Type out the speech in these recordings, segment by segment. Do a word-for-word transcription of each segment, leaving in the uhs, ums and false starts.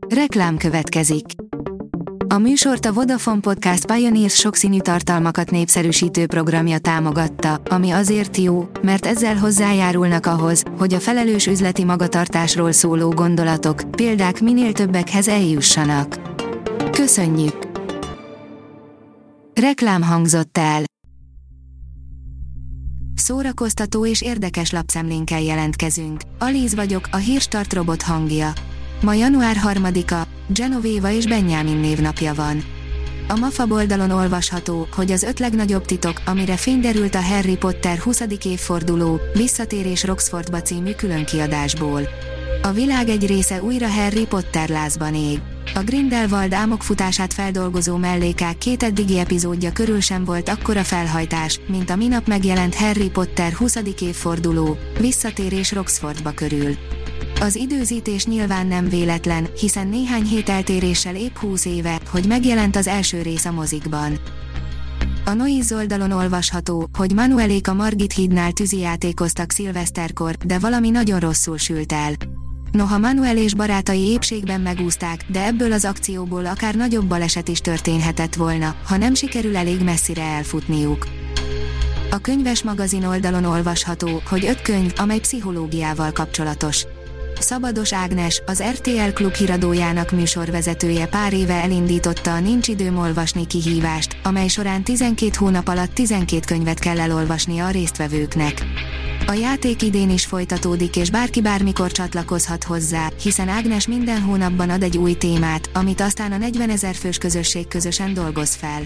Reklám következik. A műsort a Vodafone Podcast Pioneers sokszínű tartalmakat népszerűsítő programja támogatta, ami azért jó, mert ezzel hozzájárulnak ahhoz, hogy a felelős üzleti magatartásról szóló gondolatok, példák minél többekhez eljussanak. Köszönjük! Reklám hangzott el. Szórakoztató és érdekes lapszemlénkkel jelentkezünk. Alíz vagyok, a Hírstart robot hangja. Ma január harmadika, Genoveva és Benjamin névnapja van. A MAFA oldalon olvasható, hogy az öt legnagyobb titok, amire fény derült a Harry Potter huszadik évforduló, Visszatérés Roxfordba című különkiadásból. A világ egy része újra Harry Potter lázban ég. A Grindelwald álmokfutását feldolgozó mellékák két eddigi epizódja körül sem volt akkora felhajtás, mint a minap megjelent Harry Potter huszadik évforduló, Visszatérés Roxfordba körül. Az időzítés nyilván nem véletlen, hiszen néhány hét eltéréssel épp húsz éve, hogy megjelent az első rész a mozikban. A Noise oldalon olvasható, hogy Manuelék a Margit hídnál tűzijátékoztak szilveszterkor, de valami nagyon rosszul sült el. Noha Manuel és barátai épségben megúszták, de ebből az akcióból akár nagyobb baleset is történhetett volna, ha nem sikerül elég messzire elfutniuk. A Könyves magazin oldalon olvasható, hogy öt könyv, amely pszichológiával kapcsolatos. Szabados Ágnes, az er té el Klub híradójának műsorvezetője pár éve elindította a Nincs időm olvasni kihívást, amely során tizenkét hónap alatt tizenkét könyvet kell elolvasnia a résztvevőknek. A játék idén is folytatódik és bárki bármikor csatlakozhat hozzá, hiszen Ágnes minden hónapban ad egy új témát, amit aztán a negyvenezer fős közösség közösen dolgoz fel.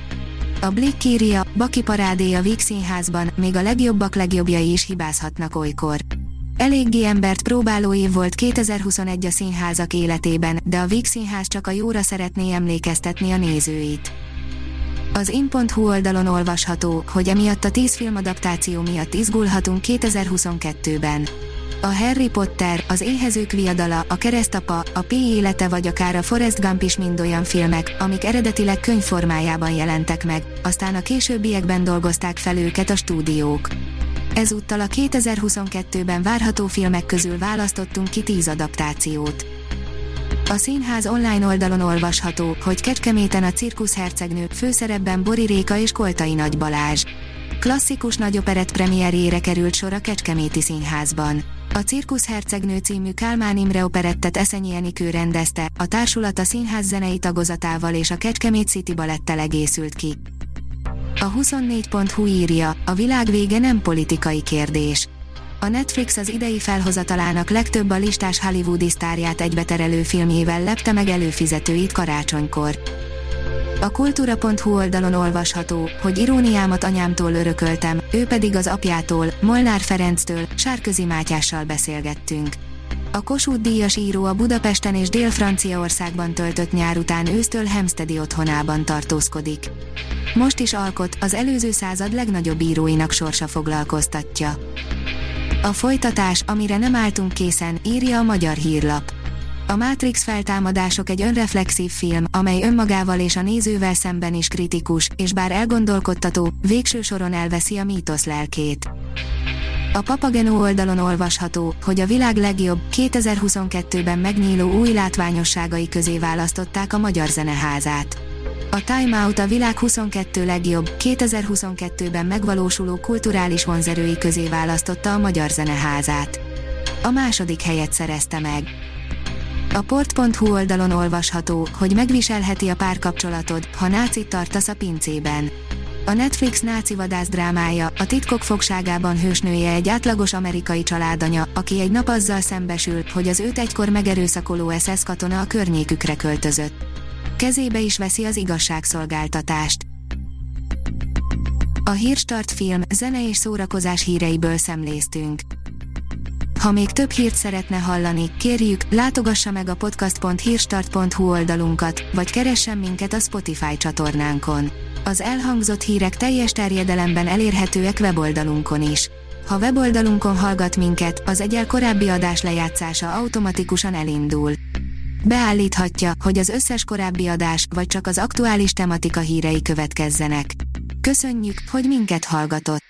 A Blick írja, Baki parádé a Víg Színházban, még a legjobbak legjobbjai is hibázhatnak olykor. Eléggé embert próbáló év volt kétezer-huszonegy a színházak életében, de a Víg Színház csak a jóra szeretné emlékeztetni a nézőit. Az in pont hu oldalon olvasható, hogy emiatt a tíz filmadaptáció miatt izgulhatunk kétezer-huszonkettőben. A Harry Potter, az Éhezők viadala, a Keresztapa, a Pi élete vagy akár a Forrest Gump is mind olyan filmek, amik eredetileg könyvformájában jelentek meg, aztán a későbbiekben dolgozták fel őket a stúdiók. Ezúttal a kétezer-huszonkettőben várható filmek közül választottunk ki tíz adaptációt. A színház online oldalon olvasható, hogy Kecskeméten a Cirkuszhercegnő, főszerepben Bori Réka és Koltai Nagy Balázs. Klasszikus nagyoperett premierjére került sor a Kecskeméti Színházban. A Cirkuszhercegnő című Kálmán Imre operettet Eszenyi Enikő rendezte, a társulat a színház zenei tagozatával és a Kecskemét City Balettel egészült ki. A huszonnégy pont hu írja, a világ vége nem politikai kérdés. A Netflix az idei felhozatalának legtöbb a listás hollywoodi sztárját egybeterelő filmjével lepte meg előfizetőit karácsonykor. A kultúra pont hu oldalon olvasható, hogy iróniámat anyámtól örököltem, ő pedig az apjától, Molnár Ferenctől, Sárközi Mátyással beszélgettünk. A Kossuth-díjas író a Budapesten és Dél-Franciaországban töltött nyár után ősztől Hempsteadi otthonában tartózkodik. Most is alkot, az előző század legnagyobb íróinak sorsa foglalkoztatja. A folytatás, amire nem álltunk készen, írja a Magyar Hírlap. A Matrix feltámadások egy önreflexív film, amely önmagával és a nézővel szemben is kritikus, és bár elgondolkodtató, végső soron elveszi a mítosz lelkét. A Papageno oldalon olvasható, hogy a világ legjobb, kétezer-huszonkettőben megnyíló új látványosságai közé választották a Magyar Zeneházát. A Time Out a világ huszonkettő legjobb, kétezer-huszonkettőben megvalósuló kulturális vonzerői közé választotta a Magyar Zeneházát. A második helyet szerezte meg. A port pont hu oldalon olvasható, hogy megviselheti a párkapcsolatod, ha nácit tartasz a pincében. A Netflix náci vadász-drámája, a Titkok fogságában hősnője egy átlagos amerikai családanya, aki egy nap azzal szembesül, hogy az őt egykor megerőszakoló es es katona a környékükre költözött. Kezébe is veszi az igazságszolgáltatást. A Hírstart film, zene és szórakozás híreiből szemléztünk. Ha még több hírt szeretne hallani, kérjük, látogassa meg a podcast pont hírstart pont hu oldalunkat, vagy keressen minket a Spotify csatornánkon. Az elhangzott hírek teljes terjedelemben elérhetőek weboldalunkon is. Ha weboldalunkon hallgat minket, az egyel korábbi adás lejátszása automatikusan elindul. Beállíthatja, hogy az összes korábbi adás, vagy csak az aktuális tematika hírei következzenek. Köszönjük, hogy minket hallgatott!